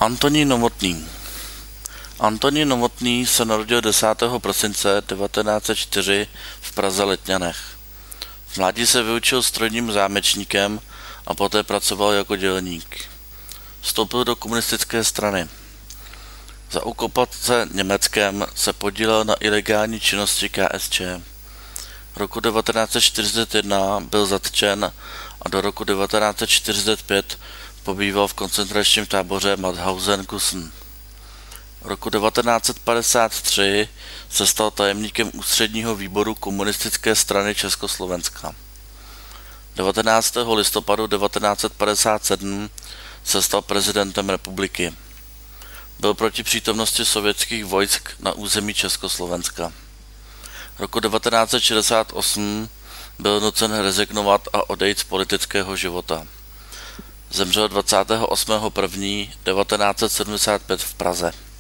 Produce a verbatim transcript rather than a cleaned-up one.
Antonín Novotný. Antonín Novotný se narodil desátého prosince devatenáct set čtyři v Praze Letňanech. V mládí se vyučil strojním zámečníkem a poté pracoval jako dělník. Vstoupil do komunistické strany. Za okupace Německem se podílel na ilegální činnosti K S Č. Roku devatenáct set čtyřicet jedna byl zatčen a do roku devatenáct set čtyřicet pět pobýval v koncentračním táboře Mauthausen-Gusen. Roku devatenáct set padesát tři se stal tajemníkem ústředního výboru komunistické strany Československa. devatenáctého listopadu devatenáct set padesát sedm se stal prezidentem republiky. Byl proti přítomnosti sovětských vojsk na území Československa. Roku devatenáct set šedesát osm byl nucen rezignovat a odejít z politického života. Zemřel dvacátého osmého prvního devatenáct set sedmdesát pět v Praze.